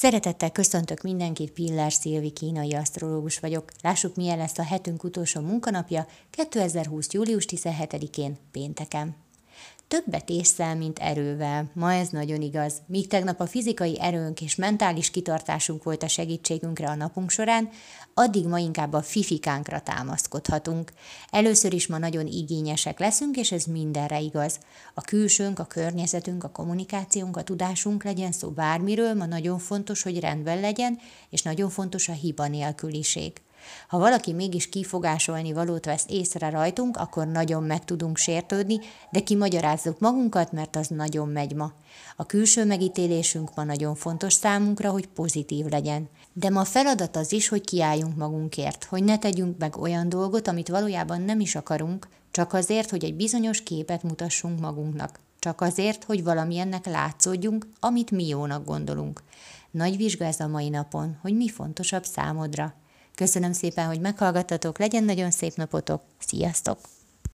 Szeretettel köszöntök mindenkit, Piller Szilvi kínai asztrológus vagyok. Lássuk, milyen lesz a hetünk utolsó munkanapja 2020. július 17-én, pénteken. Többet ésszel, mint erővel. Ma ez nagyon igaz. Míg tegnap a fizikai erőnk és mentális kitartásunk volt a segítségünkre a napunk során, addig ma inkább a fifikánkra támaszkodhatunk. Először is ma nagyon igényesek leszünk, és ez mindenre igaz. A külsőnk, a környezetünk, a kommunikációnk, a tudásunk, legyen szó bármiről, ma nagyon fontos, hogy rendben legyen, és nagyon fontos a hiba nélküliség. Ha valaki mégis kifogásolni valót vesz észre rajtunk, akkor nagyon meg tudunk sértődni, de kimagyarázzuk magunkat, mert az nagyon megy ma. A külső megítélésünk ma nagyon fontos számunkra, hogy pozitív legyen. De ma feladat az is, hogy kiálljunk magunkért, hogy ne tegyünk meg olyan dolgot, amit valójában nem is akarunk, csak azért, hogy egy bizonyos képet mutassunk magunknak. Csak azért, hogy valamilyennek látszódjunk, amit mi jónak gondolunk. Nagy vizsga ez a mai napon, hogy mi fontosabb számodra. Köszönöm szépen, hogy meghallgattatok, legyen nagyon szép napotok, sziasztok!